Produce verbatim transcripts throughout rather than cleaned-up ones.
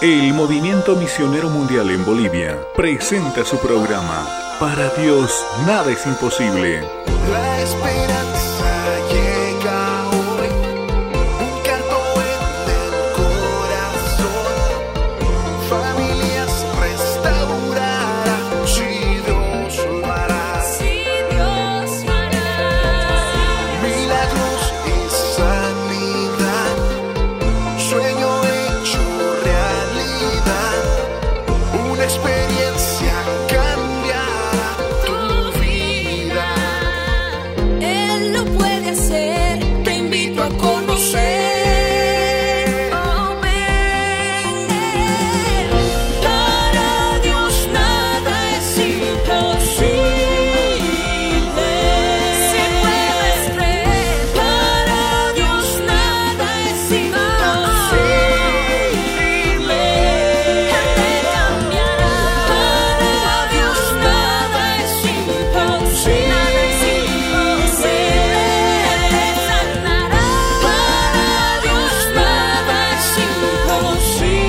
El Movimiento Misionero Mundial en Bolivia presenta su programa Para Dios nada es imposible. La esperanza llega hoy, un canto en el corazón, familias restaurará, si Dios lo hará, si Dios lo hará, milagros y sanidad, sueño hecho realidad, una experiencia cambiará tu vida. Él lo puede hacer, te invito a conocer. Amén. Para Dios nada es imposible. Si puedes creer, para Dios nada es imposible. Él te cambiará. Para Dios nada es imposible. Nada es imposible. Él te sanará. Para Dios nada es imposible.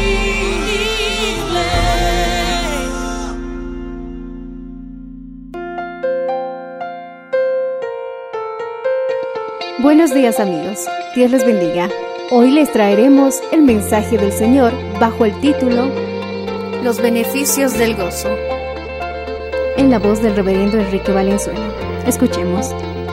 Buenos días amigos, Dios les bendiga. Hoy les traeremos el mensaje del Señor bajo el título Los beneficios del gozo, en la voz del reverendo Enrique Valenzuela. Escuchemos.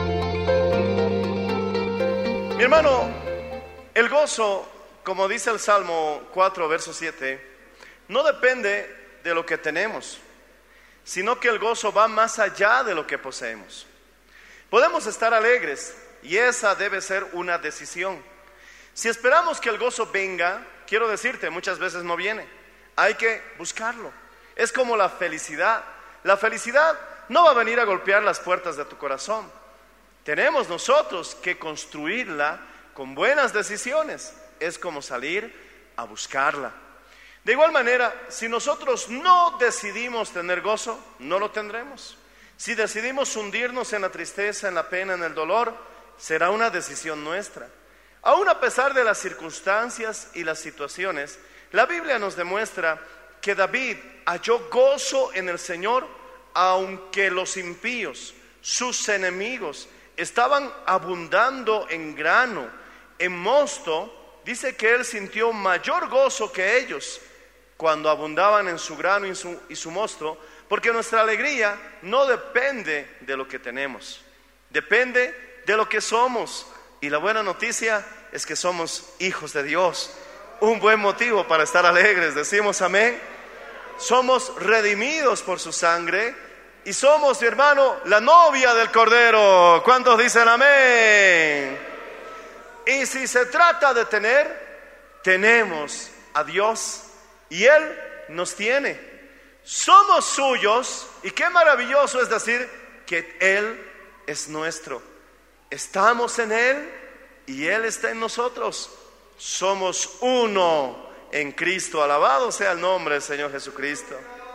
Mi hermano, el gozo, como dice el Salmo cuatro, verso siete, no depende de lo que tenemos, sino que el gozo va más allá de lo que poseemos. Podemos estar alegres y esa debe ser una decisión. Si esperamos que el gozo venga, quiero decirte, muchas veces no viene. Hay que buscarlo. Es como la felicidad. La felicidad no va a venir a golpear las puertas de tu corazón. Tenemos nosotros que construirla con buenas decisiones. Es como salir a buscarla. De igual manera, si nosotros no decidimos tener gozo, no lo tendremos. Si decidimos hundirnos en la tristeza, en la pena, en el dolor, será una decisión nuestra. Aún a pesar de las circunstancias y las situaciones, la Biblia nos demuestra que David halló gozo en el Señor, aunque los impíos, sus enemigos, estaban abundando en grano, en mosto. Dice que él sintió mayor gozo que ellos cuando abundaban en su grano y su, y su mosto, porque nuestra alegría no depende de lo que tenemos, depende de lo que somos. Y la buena noticia es que somos hijos de Dios. Un buen motivo para estar alegres, decimos amén. Somos redimidos por su sangre y somos, mi hermano, la novia del Cordero. ¿Cuántos dicen amén? Y si se trata de tener, tenemos a Dios y Él nos tiene. Somos suyos y qué maravilloso es decir que Él es nuestro. Estamos en Él y Él está en nosotros. Somos uno en Cristo. Alabado sea el nombre del Señor Jesucristo.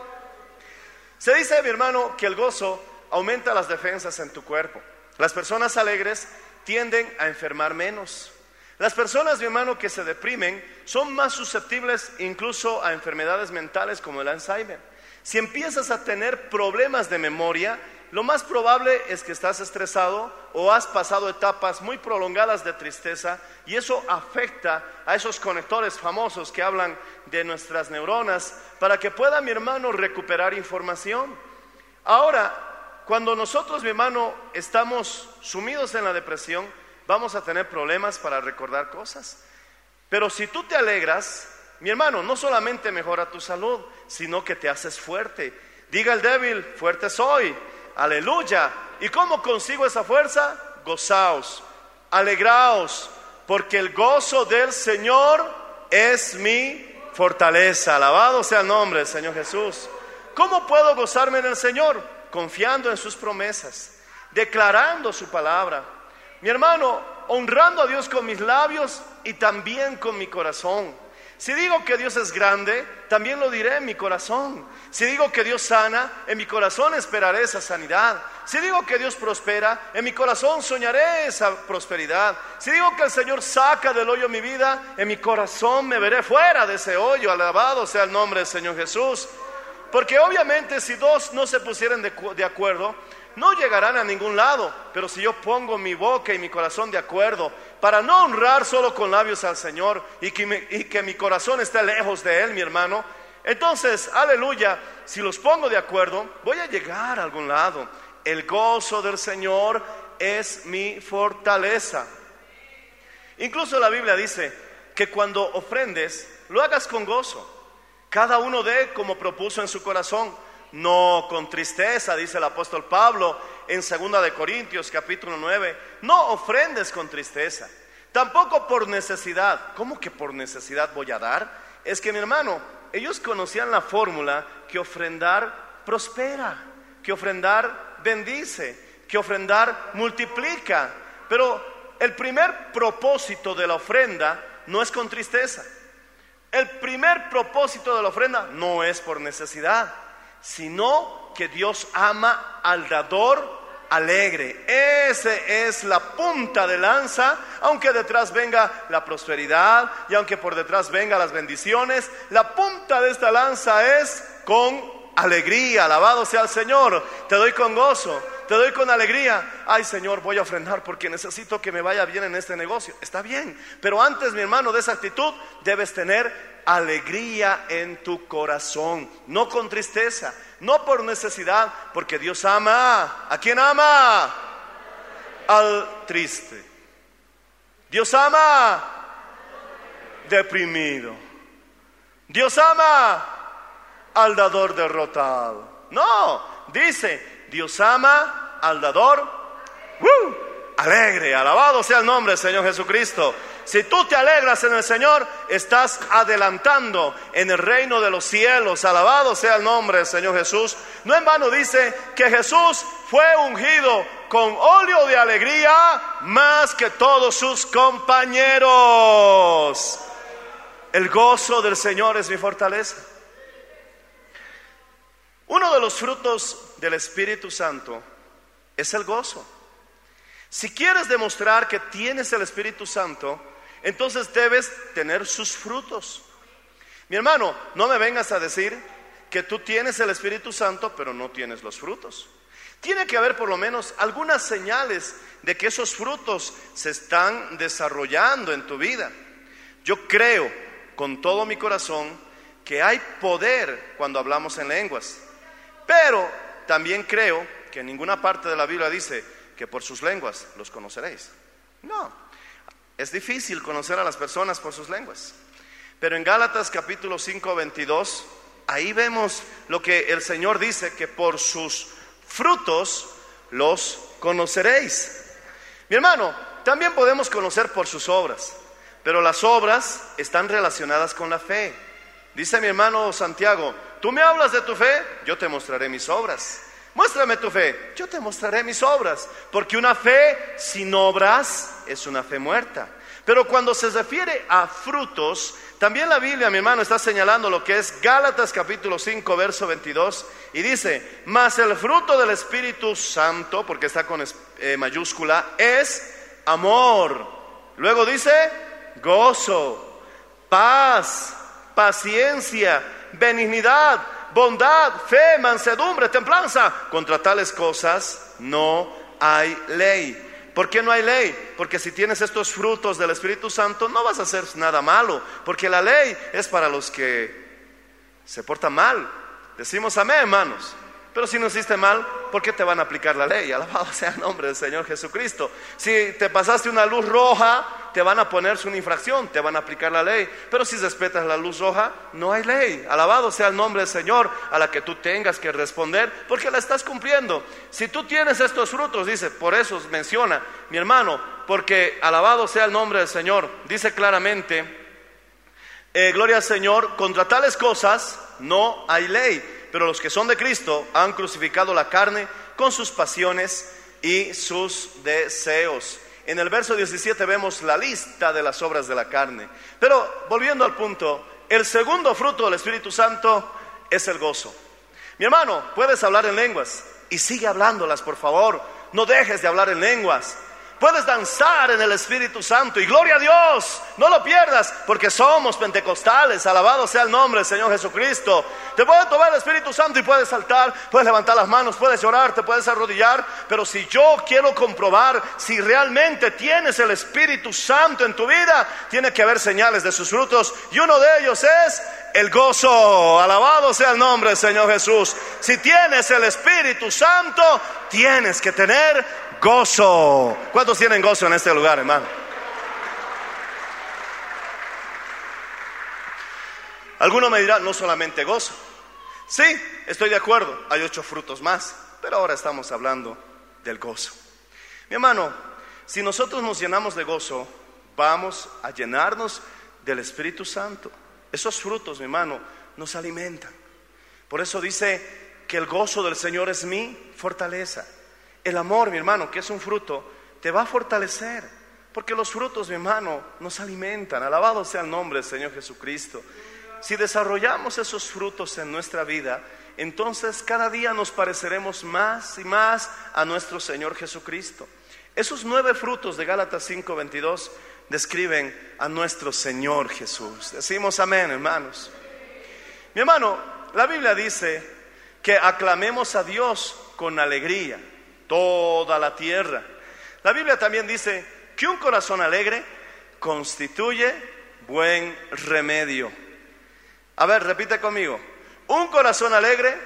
Se dice, mi hermano, que el gozo aumenta las defensas en tu cuerpo. Las personas alegres tienden a enfermar menos. Las personas, mi hermano, que se deprimen son más susceptibles incluso a enfermedades mentales como el Alzheimer. Si empiezas a tener problemas de memoria, lo más probable es que estás estresado o has pasado etapas muy prolongadas de tristeza y eso afecta a esos conectores famosos que hablan de nuestras neuronas para que pueda, mi hermano, recuperar información. Ahora, cuando nosotros, mi hermano, estamos sumidos en la depresión, vamos a tener problemas para recordar cosas. Pero si tú te alegras, mi hermano, no solamente mejora tu salud, sino que te haces fuerte. Diga el débil, fuerte soy. Aleluya. ¿Y cómo consigo esa fuerza? Gozaos, alegraos, porque el gozo del Señor es mi fortaleza. Alabado sea el nombre del Señor Jesús. ¿Cómo puedo gozarme en el Señor? Confiando en sus promesas, declarando su palabra. Mi hermano, honrando a Dios con mis labios y también con mi corazón. Si digo que Dios es grande, también lo diré en mi corazón. Si digo que Dios sana, en mi corazón esperaré esa sanidad. Si digo que Dios prospera, en mi corazón soñaré esa prosperidad. Si digo que el Señor saca del hoyo mi vida, en mi corazón me veré fuera de ese hoyo. Alabado sea el nombre del Señor Jesús. Porque obviamente si dos no se pusieran de, de acuerdo, no llegarán a ningún lado. Pero si yo pongo mi boca y mi corazón de acuerdo para no honrar solo con labios al Señor y que, me, y que mi corazón esté lejos de Él, mi hermano, entonces, aleluya, si los pongo de acuerdo, voy a llegar a algún lado. El gozo del Señor es mi fortaleza. Incluso la Biblia dice que cuando ofrendes, lo hagas con gozo. Cada uno dé como propuso en su corazón, no con tristeza, dice el apóstol Pablo en segunda de Corintios capítulo nueve. No ofrendes con tristeza, tampoco por necesidad. ¿Cómo que por necesidad voy a dar? Es que, mi hermano, ellos conocían la fórmula que ofrendar prospera, que ofrendar bendice, que ofrendar multiplica. Pero el primer propósito de la ofrenda no es con tristeza. El primer propósito de la ofrenda no es por necesidad, sino que Dios ama al dador alegre. Ese es la punta de lanza. Aunque detrás venga la prosperidad y aunque por detrás venga las bendiciones, la punta de esta lanza es con alegría. Alabado sea el Señor. Te doy con gozo, te doy con alegría. Ay, Señor, voy a ofrendar porque necesito que me vaya bien en este negocio. Está bien, pero antes, mi hermano, de esa actitud debes tener alegría en tu corazón, no con tristeza, no por necesidad, porque Dios ama. ¿A quién ama? Al triste. Dios ama deprimido. Dios ama al dador derrotado. No, dice, Dios ama al dador ¡uh! alegre. Alabado sea el nombre del Señor Jesucristo. Si tú te alegras en el Señor, estás adelantando en el reino de los cielos. Alabado sea el nombre del Señor Jesús. No en vano dice que Jesús fue ungido con óleo de alegría más que todos sus compañeros. El gozo del Señor es mi fortaleza. Uno de los frutos del Espíritu Santo es el gozo. Si quieres demostrar que tienes el Espíritu Santo, entonces debes tener sus frutos. Mi hermano, no me vengas a decir que tú tienes el Espíritu Santo, pero no tienes los frutos. Tiene que haber por lo menos algunas señales de que esos frutos se están desarrollando en tu vida. Yo creo con todo mi corazón que hay poder cuando hablamos en lenguas, pero también creo que en ninguna parte de la Biblia dice que por sus lenguas los conoceréis. No, es difícil conocer a las personas por sus lenguas. Pero en Gálatas capítulo cinco, veintidós, ahí vemos lo que el Señor dice, que por sus frutos los conoceréis. Mi hermano, también podemos conocer por sus obras, pero las obras están relacionadas con la fe. Dice mi hermano Santiago, tú me hablas de tu fe, yo te mostraré mis obras. Muéstrame tu fe, yo te mostraré mis obras. Porque una fe sin obras es una fe muerta. Pero cuando se refiere a frutos, también la Biblia, mi hermano, está señalando lo que es Gálatas capítulo cinco, verso veintidós. Y dice, mas el fruto del Espíritu Santo, porque está con eh, mayúscula, es amor. Luego dice, gozo, paz, paciencia, benignidad, bondad, fe, mansedumbre, templanza. Contra tales cosas no hay ley. ¿Por qué no hay ley? Porque si tienes estos frutos del Espíritu Santo, no vas a hacer nada malo. Porque la ley es para los que se portan mal. Decimos amén, hermanos. Pero si no hiciste mal, ¿por qué te van a aplicar la ley? Alabado sea el nombre del Señor Jesucristo. Si te pasaste una luz roja, te van a poner una infracción, te van a aplicar la ley. Pero si respetas la luz roja, no hay ley. Alabado sea el nombre del Señor, a la que tú tengas que responder, porque la estás cumpliendo. Si tú tienes estos frutos, dice, por eso menciona, mi hermano, porque alabado sea el nombre del Señor. Dice claramente, eh, gloria al Señor, contra tales cosas no hay ley. Pero los que son de Cristo han crucificado la carne con sus pasiones y sus deseos. En el verso diecisiete vemos la lista de las obras de la carne. Pero volviendo al punto, el segundo fruto del Espíritu Santo es el gozo. Mi hermano, puedes hablar en lenguas y sigue hablándolas, por favor. No dejes de hablar en lenguas. Puedes danzar en el Espíritu Santo y gloria a Dios, no lo pierdas, porque somos pentecostales, alabado sea el nombre del Señor Jesucristo. Te puede tomar el Espíritu Santo y puedes saltar, puedes levantar las manos, puedes llorar, te puedes arrodillar, pero si yo quiero comprobar si realmente tienes el Espíritu Santo en tu vida, tiene que haber señales de sus frutos, y uno de ellos es el gozo. Alabado sea el nombre del Señor Jesús. Si tienes el Espíritu Santo, tienes que tener gozo. ¿Cuántos tienen gozo en este lugar, hermano? Alguno me dirá, no solamente gozo. Sí, estoy de acuerdo, hay ocho frutos más, pero ahora estamos hablando del gozo. Mi hermano, si nosotros nos llenamos de gozo, vamos a llenarnos del Espíritu Santo. Esos frutos, mi hermano, nos alimentan. Por eso dice que el gozo del Señor es mi fortaleza. El amor, mi hermano, que es un fruto, te va a fortalecer, porque los frutos, mi hermano, nos alimentan. Alabado sea el nombre del Señor Jesucristo. Si desarrollamos esos frutos en nuestra vida, entonces cada día nos pareceremos más y más a nuestro Señor Jesucristo. Esos nueve frutos de Gálatas cinco veintidós describen a nuestro Señor Jesús. Decimos amén, hermanos. Mi hermano, la Biblia dice que aclamemos a Dios con alegría, toda la tierra. La Biblia también dice que un corazón alegre constituye buen remedio. A ver, repite conmigo. Un corazón alegre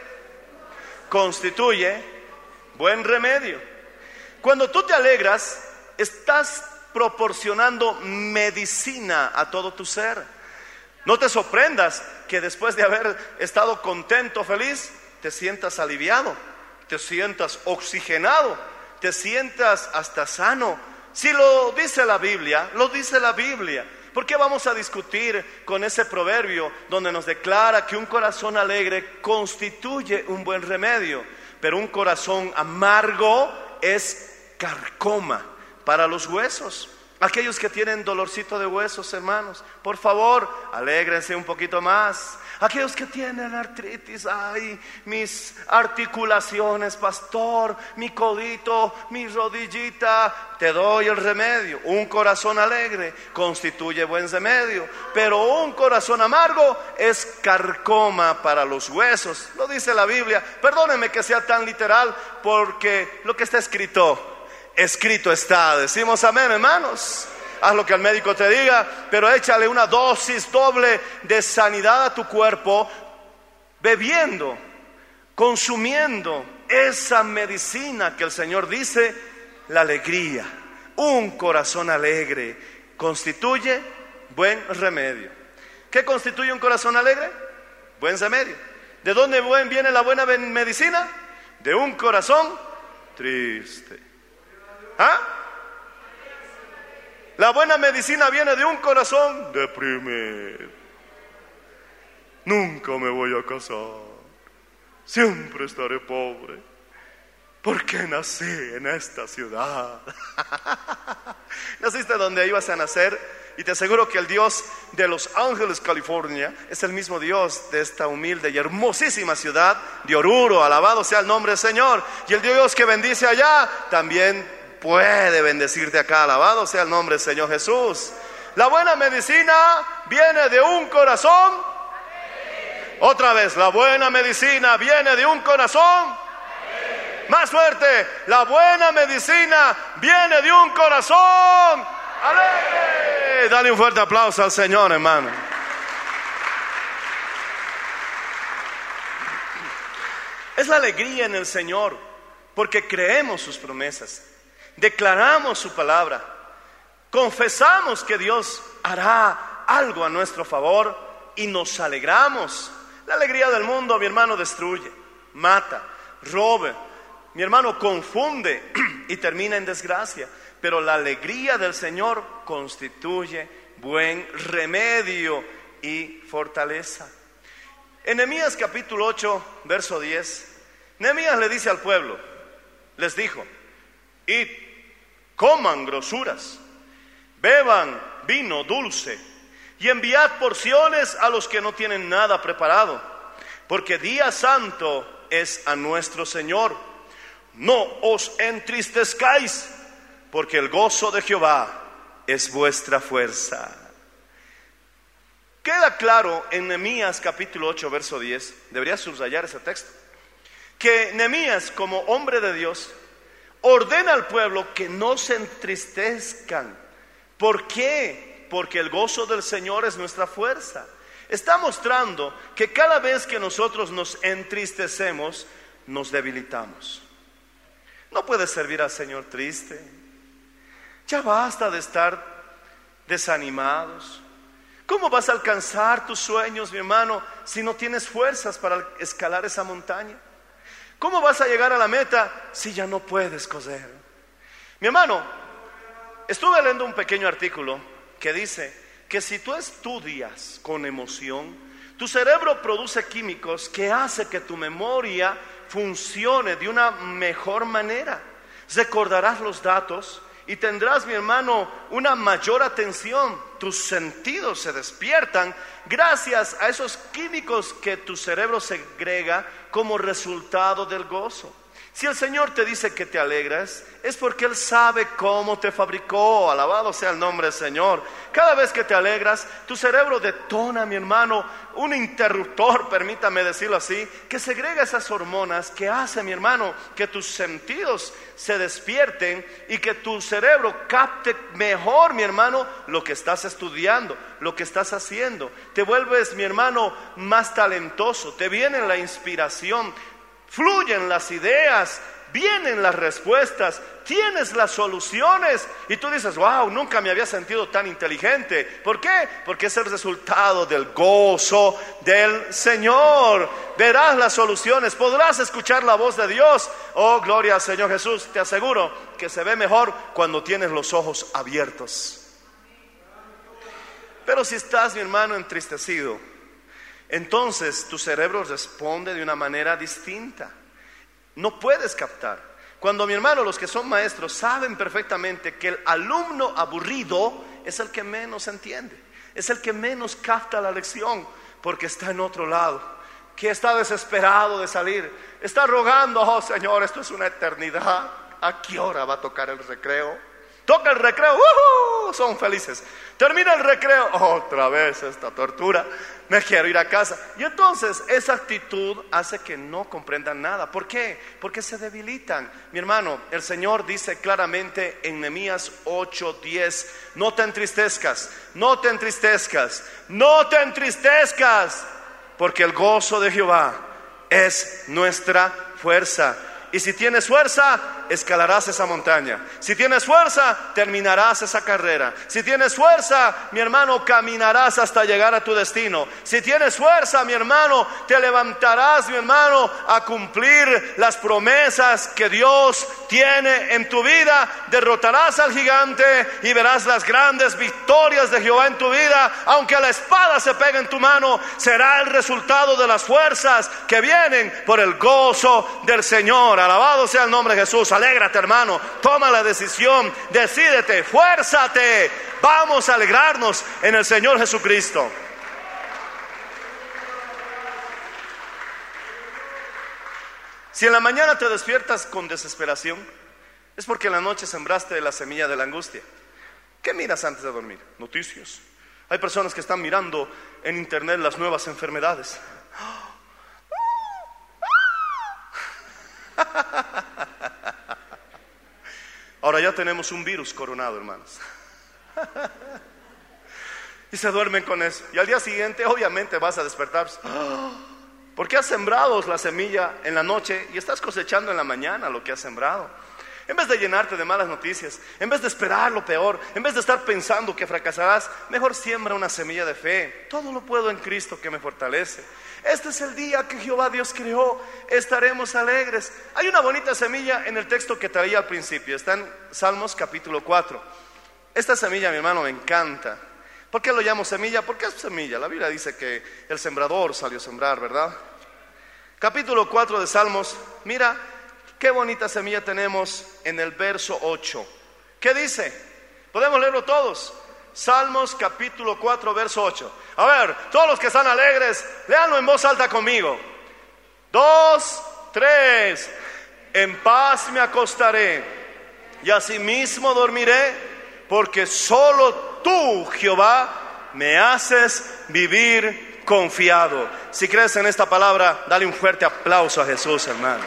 constituye buen remedio. Cuando tú te alegras, estás proporcionando medicina a todo tu ser. No te sorprendas que después de haber estado contento, feliz, te sientas aliviado, te sientas oxigenado, te sientas hasta sano. Si lo dice la Biblia, lo dice la Biblia. ¿Por qué vamos a discutir con ese proverbio donde nos declara que un corazón alegre constituye un buen remedio, pero un corazón amargo es carcoma para los huesos? Aquellos que tienen dolorcito de huesos, hermanos, por favor, alégrense un poquito más. Aquellos que tienen artritis, ay, mis articulaciones, pastor, mi codito, mi rodillita, te doy el remedio. Un corazón alegre constituye buen remedio, pero un corazón amargo es carcoma para los huesos. Lo dice la Biblia. Perdónenme que sea tan literal, porque lo que está escrito, escrito está. Decimos amén, hermanos. Haz lo que el médico te diga, pero échale una dosis doble de sanidad a tu cuerpo, bebiendo, consumiendo esa medicina que el Señor dice, la alegría. Un corazón alegre constituye buen remedio. ¿Qué constituye un corazón alegre? Buen remedio. ¿De dónde viene la buena medicina? De un corazón triste. ¿Ah? La buena medicina viene de un corazón deprimido. Nunca me voy a casar, siempre estaré pobre, porque nací en esta ciudad. Naciste donde ibas a nacer, y te aseguro que el Dios de Los Ángeles, California, es el mismo Dios de esta humilde y hermosísima ciudad de Oruro. Alabado sea el nombre del Señor. Y el Dios que bendice allá también puede bendecirte acá. Alabado sea el nombre del Señor Jesús. La buena medicina viene de un corazón. Otra vez, la buena medicina viene de un corazón. Más fuerte, la buena medicina viene de un corazón alegre. Dale un fuerte aplauso al Señor, hermano. Es la alegría en el Señor, porque creemos sus promesas. Declaramos su palabra, confesamos que Dios hará algo a nuestro favor y nos alegramos. La alegría del mundo, mi hermano, destruye, mata, roba, mi hermano, confunde y termina en desgracia. Pero la alegría del Señor constituye buen remedio y fortaleza. En Nehemías capítulo ocho, verso diez, Nehemías le dice al pueblo, les dijo: id, coman grosuras, beban vino dulce y enviad porciones a los que no tienen nada preparado, porque día santo es a nuestro Señor. No os entristezcáis, porque el gozo de Jehová es vuestra fuerza. Queda claro en Nehemías capítulo ocho verso diez, debería subrayar ese texto, que Nehemías, como hombre de Dios, ordena al pueblo que no se entristezcan. ¿Por qué? Porque el gozo del Señor es nuestra fuerza. Está mostrando que cada vez que nosotros nos entristecemos, nos debilitamos. No puedes servir al Señor triste. Ya basta de estar desanimados. ¿Cómo vas a alcanzar tus sueños, mi hermano, si no tienes fuerzas para escalar esa montaña? ¿Cómo vas a llegar a la meta si ya no puedes correr? Mi hermano, estuve leyendo un pequeño artículo que dice que si tú estudias con emoción, tu cerebro produce químicos que hacen que tu memoria funcione de una mejor manera. Recordarás los datos y tendrás, mi hermano, una mayor atención. Tus sentidos se despiertan gracias a esos químicos que tu cerebro segrega como resultado del gozo. Si el Señor te dice que te alegras, es porque Él sabe cómo te fabricó. Alabado sea el nombre del Señor. Cada vez que te alegras, tu cerebro detona, mi hermano, un interruptor, permítame decirlo así, que segrega esas hormonas que hace, mi hermano, que tus sentidos se despierten y que tu cerebro capte mejor, mi hermano, lo que estás estudiando, lo que estás haciendo. Te vuelves, mi hermano, más talentoso, te viene la inspiración, fluyen las ideas, vienen las respuestas, tienes las soluciones y tú dices, wow, nunca me había sentido tan inteligente. ¿Por qué? Porque es el resultado del gozo del Señor. Verás las soluciones, podrás escuchar la voz de Dios. Oh, gloria al Señor Jesús. Te aseguro que se ve mejor cuando tienes los ojos abiertos. Pero si estás, mi hermano, entristecido, entonces tu cerebro responde de una manera distinta. No puedes captar. Cuando, mi hermano, los que son maestros saben perfectamente que el alumno aburrido es el que menos entiende, es el que menos capta la lección, porque está en otro lado, que está desesperado de salir, está rogando, oh Señor, esto es una eternidad, ¿a qué hora va a tocar el recreo? Toca el recreo, ¡uh! Son felices. Termina el recreo, otra vez esta tortura, me quiero ir a casa. Y entonces esa actitud hace que no comprendan nada. ¿Por qué? Porque se debilitan. Mi hermano, el Señor dice claramente en Nehemías ocho diez, no te entristezcas, no te entristezcas, no te entristezcas, porque el gozo de Jehová es nuestra fuerza. Y si tienes fuerza, escalarás esa montaña. Si tienes fuerza, terminarás esa carrera. Si tienes fuerza, mi hermano, caminarás hasta llegar a tu destino. Si tienes fuerza, mi hermano, te levantarás, mi hermano, a cumplir las promesas que Dios tiene en tu vida. Derrotarás al gigante y verás las grandes victorias de Jehová en tu vida. Aunque la espada se pegue en tu mano, será el resultado de las fuerzas que vienen por el gozo del Señor. Alabado sea el nombre de Jesús. Alégrate, hermano, toma la decisión, decídete, fuérzate, vamos a alegrarnos en el Señor Jesucristo. Si en la mañana te despiertas con desesperación, es porque en la noche sembraste la semilla de la angustia. ¿Qué miras antes de dormir? Noticias. Hay personas que están mirando en internet las nuevas enfermedades. Ahora ya tenemos un virus coronado, hermanos. Y se duermen con eso. Y al día siguiente obviamente vas a despertar, porque has sembrado la semilla en la noche y estás cosechando en la mañana lo que has sembrado. En vez de llenarte de malas noticias, en vez de esperar lo peor, en vez de estar pensando que fracasarás, mejor siembra una semilla de fe. Todo lo puedo en Cristo que me fortalece. Este es el día que Jehová Dios creó, estaremos alegres. Hay una bonita semilla en el texto que traía al principio, está en Salmos capítulo cuatro. Esta semilla, mi hermano, me encanta. ¿Por qué lo llamo semilla? Porque es semilla. La Biblia dice que el sembrador salió a sembrar, ¿verdad? Capítulo cuatro de Salmos, mira qué bonita semilla tenemos en el verso ocho. ¿Qué dice? Podemos leerlo todos. Salmos capítulo cuatro, verso ocho. A ver, todos los que están alegres, léanlo en voz alta conmigo. Dos, tres. En paz me acostaré y asimismo dormiré, porque solo tú, Jehová, me haces vivir confiado. Si crees en esta palabra, dale un fuerte aplauso a Jesús, hermano.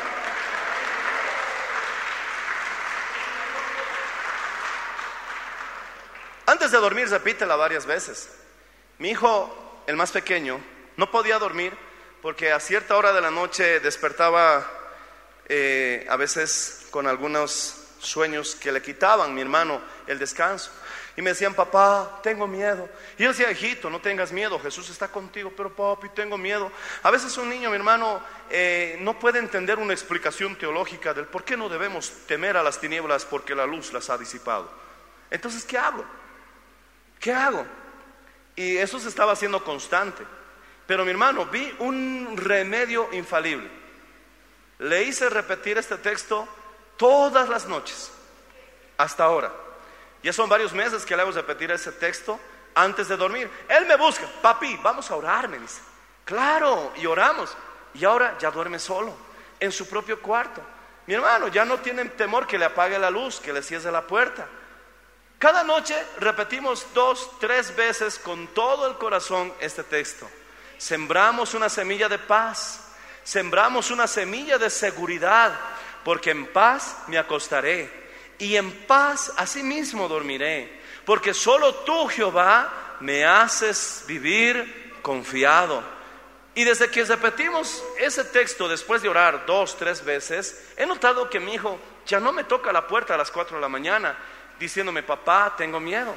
Antes de dormir, repítela varias veces. Mi hijo, el más pequeño, no podía dormir porque a cierta hora de la noche despertaba eh, a veces con algunos sueños que le quitaban, mi hermano, el descanso. Y me decían, papá, tengo miedo. Y él decía, hijito, no tengas miedo, Jesús está contigo. Pero papi, tengo miedo. A veces un niño, mi hermano, eh, no puede entender una explicación teológica del por qué no debemos temer a las tinieblas porque la luz las ha disipado. Entonces, ¿qué hago? ¿Qué hago? Y eso se estaba haciendo constante. Pero mi hermano, vi un remedio infalible. Le hice repetir este texto todas las noches, hasta ahora. Ya son varios meses que le hago repetir ese texto antes de dormir. Él me busca, papi, vamos a orar, me dice. Claro, y oramos. Y ahora ya duerme solo, en su propio cuarto. Mi hermano, ya no tiene temor que le apague la luz, que le cierre la puerta. Cada noche repetimos dos, tres veces con todo el corazón este texto. Sembramos una semilla de paz, sembramos una semilla de seguridad, porque en paz me acostaré y en paz asimismo dormiré, porque solo tú, Jehová, me haces vivir confiado. Y desde que repetimos ese texto después de orar dos, tres veces, he notado que mi hijo ya no me toca la puerta a las cuatro de la mañana diciéndome, papá, tengo miedo.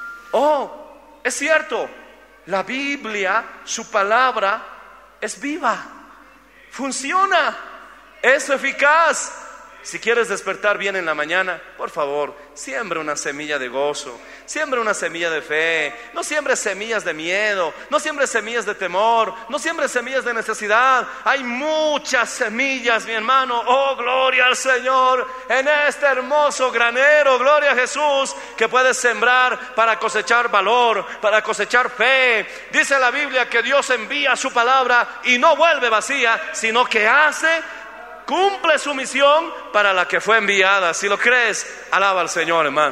Oh, es cierto, la Biblia, su palabra, es viva, funciona, es eficaz. Si quieres despertar bien en la mañana, por favor, siembra una semilla de gozo, siembra una semilla de fe. No siembres semillas de miedo, no siembres semillas de temor, no siembres semillas de necesidad. Hay muchas semillas, mi hermano, oh gloria al Señor, en este hermoso granero, gloria a Jesús, que puedes sembrar para cosechar valor, para cosechar fe. Dice la Biblia que Dios envía su palabra y no vuelve vacía, sino que hace, cumple su misión para la que fue enviada. Si lo crees, alaba al Señor, hermano.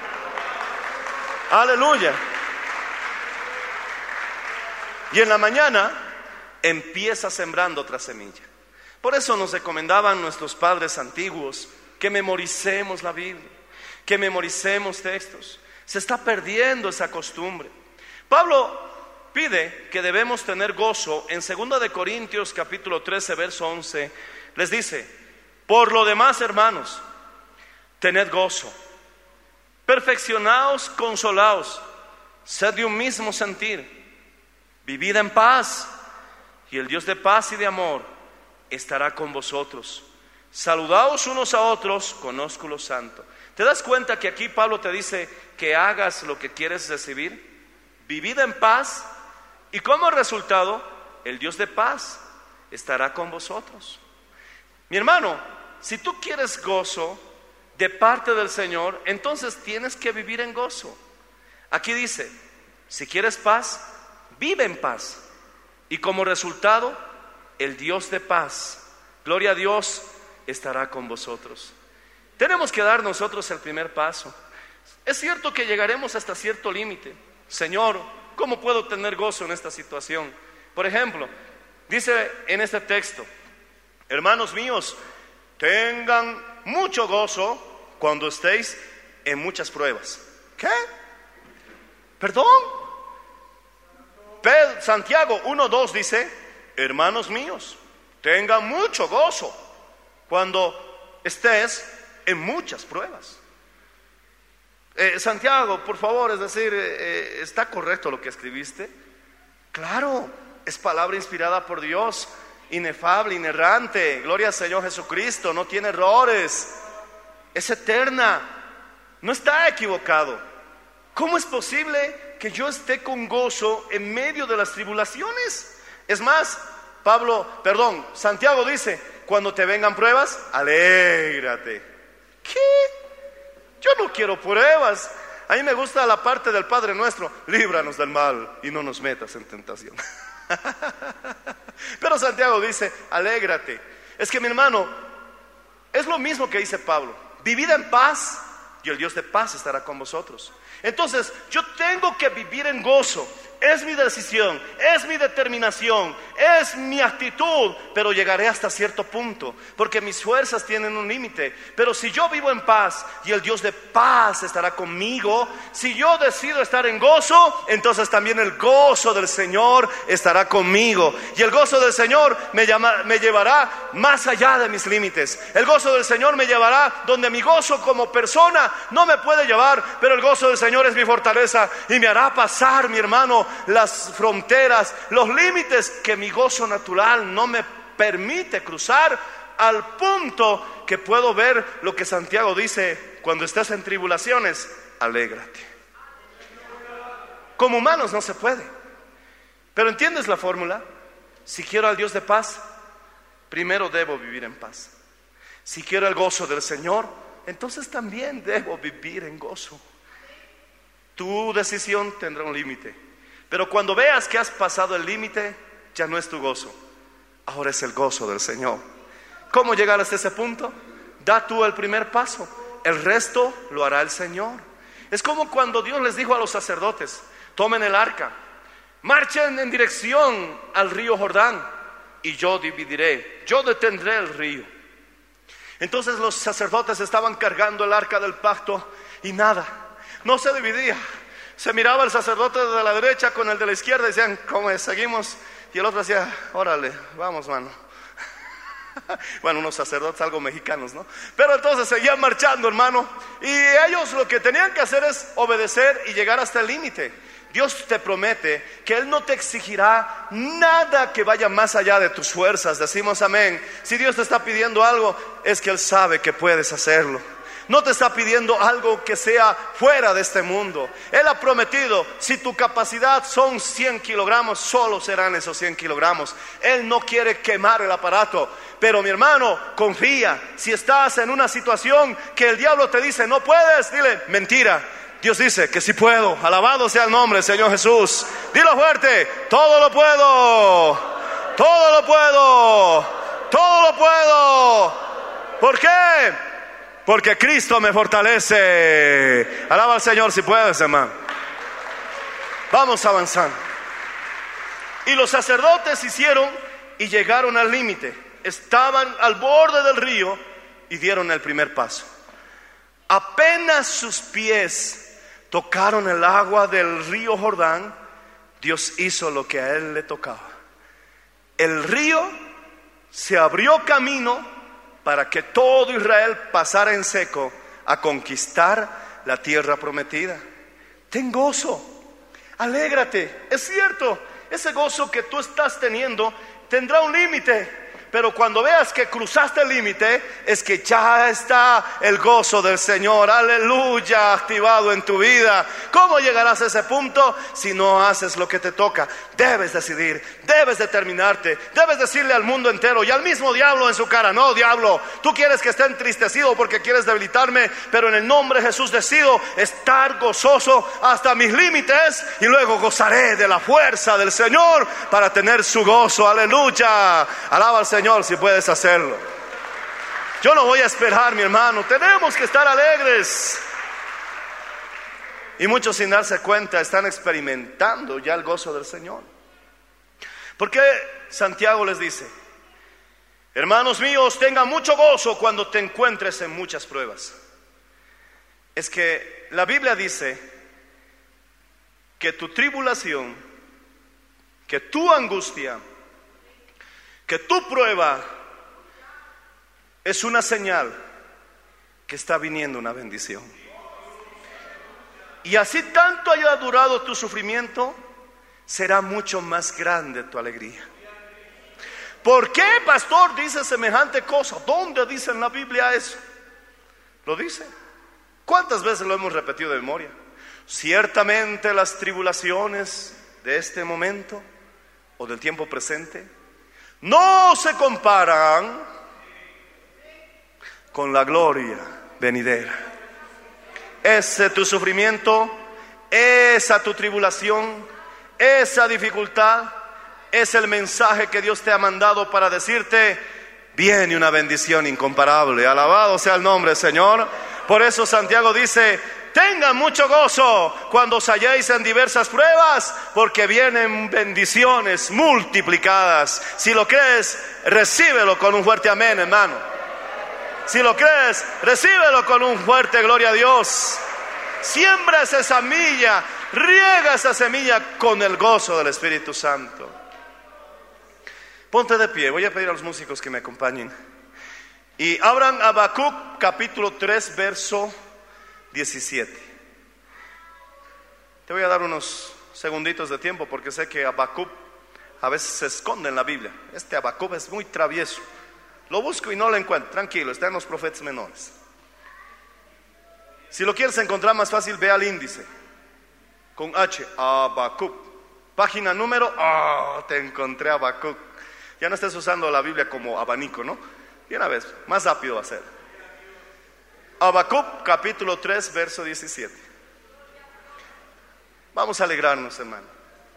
Aleluya. Y en la mañana empieza sembrando otra semilla. Por eso nos recomendaban nuestros padres antiguos que memoricemos la Biblia, que memoricemos textos. Se está perdiendo esa costumbre. Pablo pide que debemos tener gozo. En segunda de Corintios capítulo trece, verso once, les dice, por lo demás, hermanos, tened gozo, perfeccionaos, consolaos, sed de un mismo sentir, vivid en paz, y el Dios de paz y de amor estará con vosotros. Saludaos unos a otros con ósculo santo. ¿Te das cuenta que aquí Pablo te dice que hagas lo que quieres recibir? Vivid en paz, y como resultado, el Dios de paz estará con vosotros. Mi hermano, si tú quieres gozo de parte del Señor, entonces tienes que vivir en gozo. Aquí dice, si quieres paz, vive en paz. Y como resultado, el Dios de paz, gloria a Dios, estará con vosotros. Tenemos que dar nosotros el primer paso. Es cierto que llegaremos hasta cierto límite. Señor, ¿cómo puedo tener gozo en esta situación? Por ejemplo, dice en este texto, hermanos míos, tengan mucho gozo cuando estéis en muchas pruebas. ¿Qué? ¿Perdón? Pedro, Santiago uno dos dice, hermanos míos, tengan mucho gozo cuando estés en muchas pruebas. Eh, Santiago, por favor, es decir, eh, ¿está correcto lo que escribiste? Claro, es palabra inspirada por Dios, inefable, inerrante, gloria al Señor Jesucristo, no tiene errores, es eterna, no está equivocado. ¿Cómo es posible que yo esté con gozo en medio de las tribulaciones? Es más, Pablo, perdón, Santiago dice, cuando te vengan pruebas, alégrate. ¿Qué? Yo no quiero pruebas. A mí me gusta la parte del Padre Nuestro: líbranos del mal y no nos metas en tentación. Pero Santiago dice: alégrate. Es que, mi hermano, es lo mismo que dice Pablo: vivid en paz y el Dios de paz estará con vosotros. Entonces yo tengo que vivir en gozo. Es mi decisión, es mi determinación, es mi actitud, pero llegaré hasta cierto punto, porque mis fuerzas tienen un límite. Pero si yo vivo en paz y el Dios de paz estará conmigo, si yo decido estar en gozo, entonces también el gozo del Señor estará conmigo. Y el gozo del Señor me, llama, me llevará más allá de mis límites. El gozo del Señor me llevará donde mi gozo como persona no me puede llevar, pero el gozo del Señor es mi fortaleza y me hará pasar, mi hermano, las fronteras, los límites que mi gozo natural no me permite cruzar, al punto que puedo ver lo que Santiago dice: cuando estés en tribulaciones, alégrate. Como humanos no se puede, pero ¿entiendes la fórmula? Si quiero al Dios de paz, primero debo vivir en paz. Si quiero el gozo del Señor, entonces también debo vivir en gozo. Tu decisión tendrá un límite, pero cuando veas que has pasado el límite, ya no es tu gozo, ahora es el gozo del Señor. ¿Cómo llegar hasta ese punto? Da tú el primer paso, el resto lo hará el Señor. Es como cuando Dios les dijo a los sacerdotes: tomen el arca, marchen en dirección al río Jordán, y yo dividiré, yo detendré el río. Entonces los sacerdotes estaban cargando el arca del pacto y nada, no se dividía. Se miraba el sacerdote de la derecha con el de la izquierda y decían: ¿cómo es? Seguimos. Y el otro decía: órale, vamos, mano. Bueno, unos sacerdotes algo mexicanos, ¿no? Pero entonces seguían marchando, hermano. Y ellos lo que tenían que hacer es obedecer y llegar hasta el límite. Dios te promete que Él no te exigirá nada que vaya más allá de tus fuerzas. Decimos amén. Si Dios te está pidiendo algo, es que Él sabe que puedes hacerlo. No te está pidiendo algo que sea fuera de este mundo. Él ha prometido: si tu capacidad son cien kilogramos, solo serán esos cien kilogramos. Él no quiere quemar el aparato. Pero, mi hermano, confía. Si estás en una situación que el diablo te dice no puedes, dile: mentira, Dios dice que sí puedo. Alabado sea el nombre del Señor Jesús. Dilo fuerte: todo lo puedo, todo lo puedo, todo lo puedo. ¿Por qué? Porque Cristo me fortalece. Alaba al Señor si puedes, hermano. Vamos avanzando. Y los sacerdotes hicieron y llegaron al límite. Estaban al borde del río y dieron el primer paso. Apenas sus pies tocaron el agua del río Jordán, Dios hizo lo que a él le tocaba. El río se abrió camino para que todo Israel pasara en seco a conquistar la tierra prometida. Ten gozo, alégrate. Es cierto, ese gozo que tú estás teniendo tendrá un límite, pero cuando veas que cruzaste el límite, es que ya está el gozo del Señor, aleluya, activado en tu vida. ¿Cómo llegarás a ese punto? Si no haces lo que te toca. Debes decidir, debes determinarte, debes decirle al mundo entero y al mismo diablo en su cara: no, diablo, tú quieres que esté entristecido porque quieres debilitarme, pero en el nombre de Jesús decido estar gozoso hasta mis límites, y luego gozaré de la fuerza del Señor para tener su gozo, aleluya. Alaba al Señor si puedes hacerlo. Yo no voy a esperar, mi hermano, tenemos que estar alegres. Y muchos, sin darse cuenta, están experimentando ya el gozo del Señor. Porque Santiago les dice: hermanos míos, tengan mucho gozo cuando te encuentres en muchas pruebas. Es que la Biblia dice que tu tribulación, que tu angustia, que tu prueba es una señal que está viniendo una bendición. Y así tanto haya durado tu sufrimiento, será mucho más grande tu alegría. ¿Por qué, pastor, dice semejante cosa? ¿Dónde dice en la Biblia eso? Lo dice. ¿Cuántas veces lo hemos repetido de memoria? Ciertamente las tribulaciones de este momento o del tiempo presente no se comparan con la gloria venidera. ese tu sufrimiento, esa tu tribulación, esa dificultad, es el mensaje que Dios te ha mandado para decirte: viene una bendición incomparable. Alabado sea el nombre del Señor. Por eso Santiago dice: tengan mucho gozo cuando os halléis en diversas pruebas, porque vienen bendiciones multiplicadas. Si lo crees, recíbelo con un fuerte amén, hermano. Si lo crees, recíbelo con un fuerte gloria a Dios. Siembra esa semilla, riega esa semilla con el gozo del Espíritu Santo. Ponte de pie, voy a pedir a los músicos que me acompañen. Y abran Habacuc capítulo tres, verso diecisiete. Te voy a dar unos segunditos de tiempo porque sé que Habacuc a veces se esconde en la Biblia. Este Habacuc es muy travieso. Lo busco y no lo encuentro. Tranquilo, está en los profetas menores. Si lo quieres encontrar más fácil, ve al índice con H, Habacuc. Página número, ah, oh, te encontré Habacuc. Ya no estés usando la Biblia como abanico, ¿no? Y una vez, más rápido va a ser. Habacuc capítulo tres, verso diecisiete. Vamos a alegrarnos, hermano.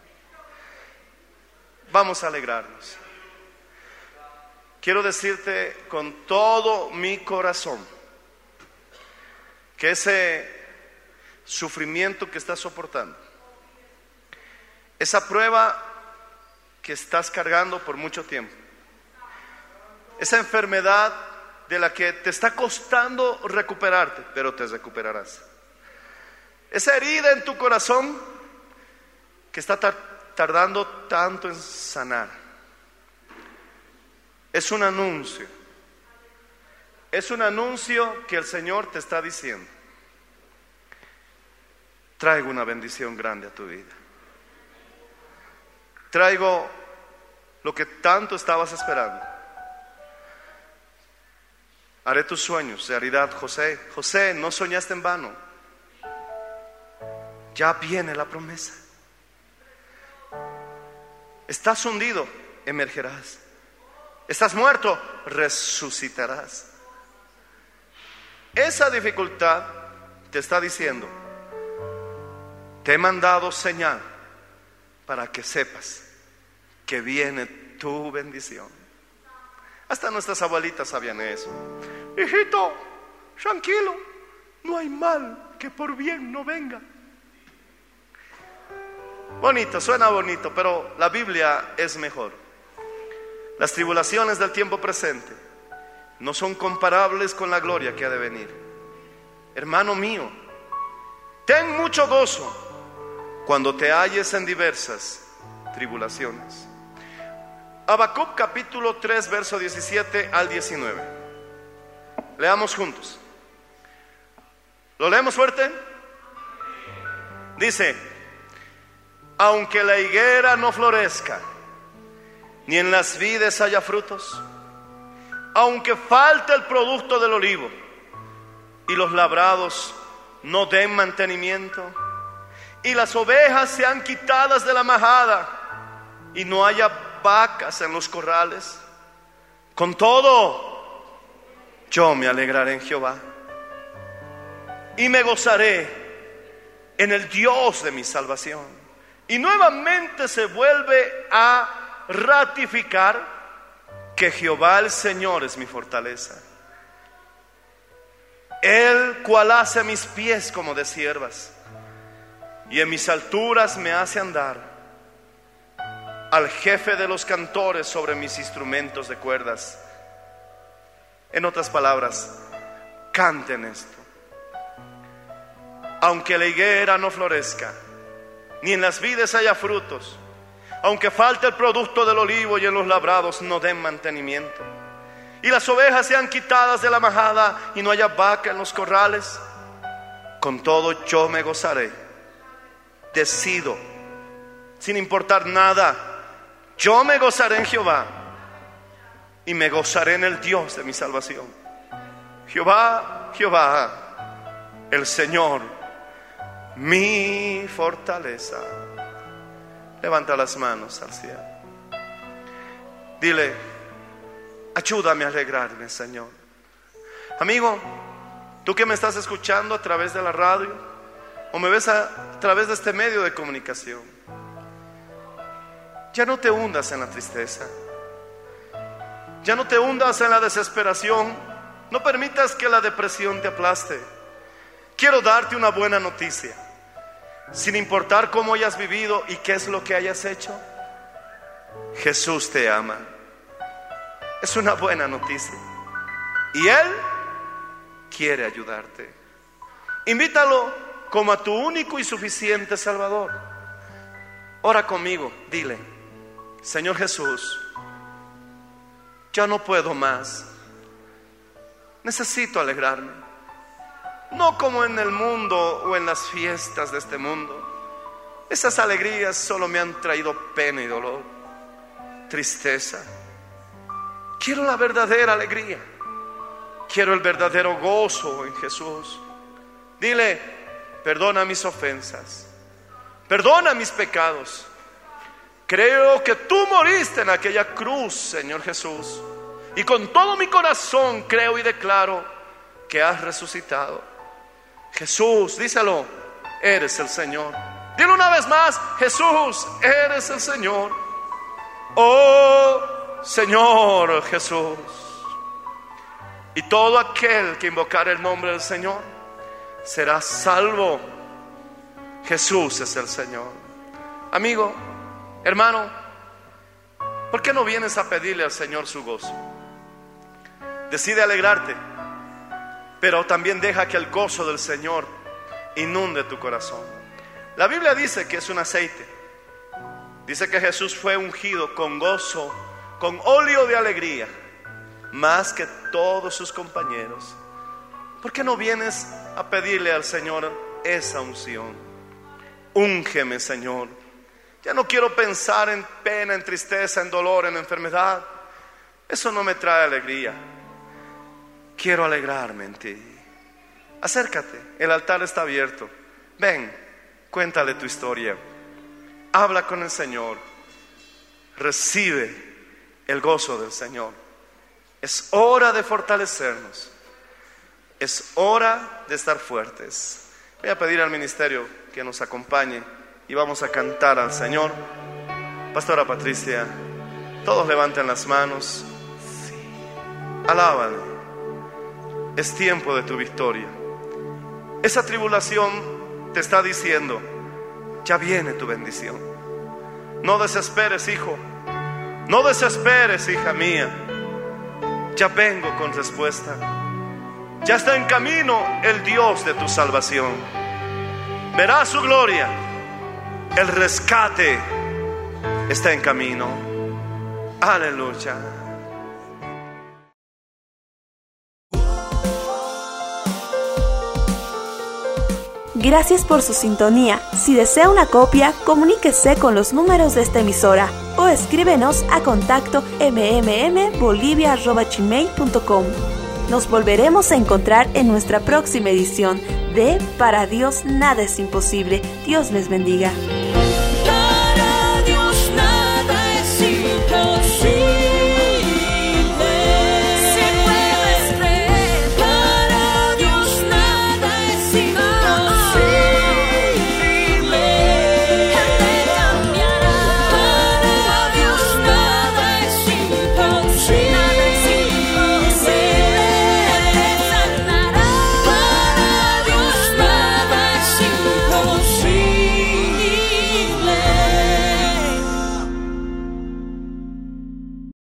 Vamos a alegrarnos. Quiero decirte con todo mi corazón que ese sufrimiento que estás soportando, esa prueba que estás cargando por mucho tiempo, esa enfermedad de la que te está costando recuperarte, pero te recuperarás. Esa herida en tu corazón que está tar- tardando tanto en sanar, es un anuncio. Es un anuncio que el Señor te está diciendo: traigo una bendición grande a tu vida. Traigo lo que tanto estabas esperando. Haré tus sueños realidad, José. José, no soñaste en vano. Ya viene la promesa. Estás hundido, emergerás. Estás muerto, resucitarás. Esa dificultad te está diciendo: te he mandado señal para que sepas que viene tu bendición. Hasta nuestras abuelitas sabían eso. Hijito, tranquilo, no hay mal que por bien no venga. Bonito, suena bonito, pero la Biblia es mejor. Las tribulaciones del tiempo presente no son comparables con la gloria que ha de venir. Hermano mío, ten mucho gozo cuando te halles en diversas tribulaciones. Habacuc capítulo tres, verso diecisiete al diecinueve. Leamos juntos. ¿Lo leemos fuerte? Dice: aunque la higuera no florezca, ni en las vides haya frutos, aunque falte el producto del olivo, y los labrados no den mantenimiento, y las ovejas sean quitadas de la majada, y no haya vacas en los corrales, con todo yo me alegraré en Jehová, y me gozaré en el Dios de mi salvación. Y nuevamente se vuelve a ratificar que Jehová el Señor es mi fortaleza, el cual hace mis pies como de ciervas, y en mis alturas me hace andar. Al jefe de los cantores sobre mis instrumentos de cuerdas. En otras palabras, canten esto: aunque la higuera no florezca, ni en las vides haya frutos, aunque falte el producto del olivo y en los labrados no den mantenimiento, y las ovejas sean quitadas de la majada y no haya vaca en los corrales, con todo yo me gozaré. Decido, sin importar nada, yo me gozaré en Jehová, y me gozaré en el Dios de mi salvación. Jehová, Jehová, el Señor, mi fortaleza. Levanta las manos al cielo. Dile: ayúdame a alegrarme, Señor. Amigo, Tú que me estás escuchando a través de la radio o me ves a, a través de este medio de comunicación, ya no te hundas en la tristeza, ya no te hundas en la desesperación, no permitas que la depresión te aplaste. Quiero darte una buena noticia. Sin importar cómo hayas vivido y qué es lo que hayas hecho, Jesús te ama. Es una buena noticia. Y Él quiere ayudarte. Invítalo como a tu único y suficiente Salvador. Ora conmigo, dile: Señor Jesús, ya no puedo más. Necesito alegrarme. No como en el mundo o en las fiestas de este mundo. Esas alegrías solo me han traído pena y dolor, tristeza. Quiero la verdadera alegría. Quiero el verdadero gozo en Jesús. Dile: perdona mis ofensas, perdona mis pecados. Creo que tú moriste en aquella cruz, Señor Jesús, y con todo mi corazón creo y declaro que has resucitado. Jesús, díselo, eres el Señor. Dile una vez más: Jesús, eres el Señor. Oh Señor Jesús. Y todo aquel que invocare el nombre del Señor será salvo. Jesús es el Señor. Amigo, hermano, ¿por qué no vienes a pedirle al Señor su gozo? Decide alegrarte, pero también deja que el gozo del Señor inunde tu corazón. La Biblia dice que es un aceite. Dice que Jesús fue ungido con gozo, con óleo de alegría, más que todos sus compañeros. ¿Por qué no vienes a pedirle al Señor esa unción? Úngeme, Señor. Ya no quiero pensar en pena, en tristeza, en dolor, en enfermedad. Eso no me trae alegría. Quiero alegrarme en ti. Acércate, el altar está abierto. Ven, cuéntale tu historia. Habla con el Señor. Recibe el gozo del Señor. Es hora de fortalecernos. Es hora de estar fuertes. Voy a pedir al ministerio que nos acompañe y vamos a cantar al Señor. Pastora Patricia, todos levanten las manos. Sí. Alábale. Es tiempo de tu victoria. Esa tribulación te está diciendo: ya viene tu bendición. No desesperes, hijo. No desesperes, hija mía. Ya vengo con respuesta. Ya está en camino el Dios de tu salvación. Verás su gloria. El rescate está en camino. Aleluya. Gracias por su sintonía. Si desea una copia, comuníquese con los números de esta emisora o escríbenos a contacto eme eme eme bolivia arroba gmail punto com. Nos volveremos a encontrar en nuestra próxima edición de Para Dios Nada es Imposible. Dios les bendiga.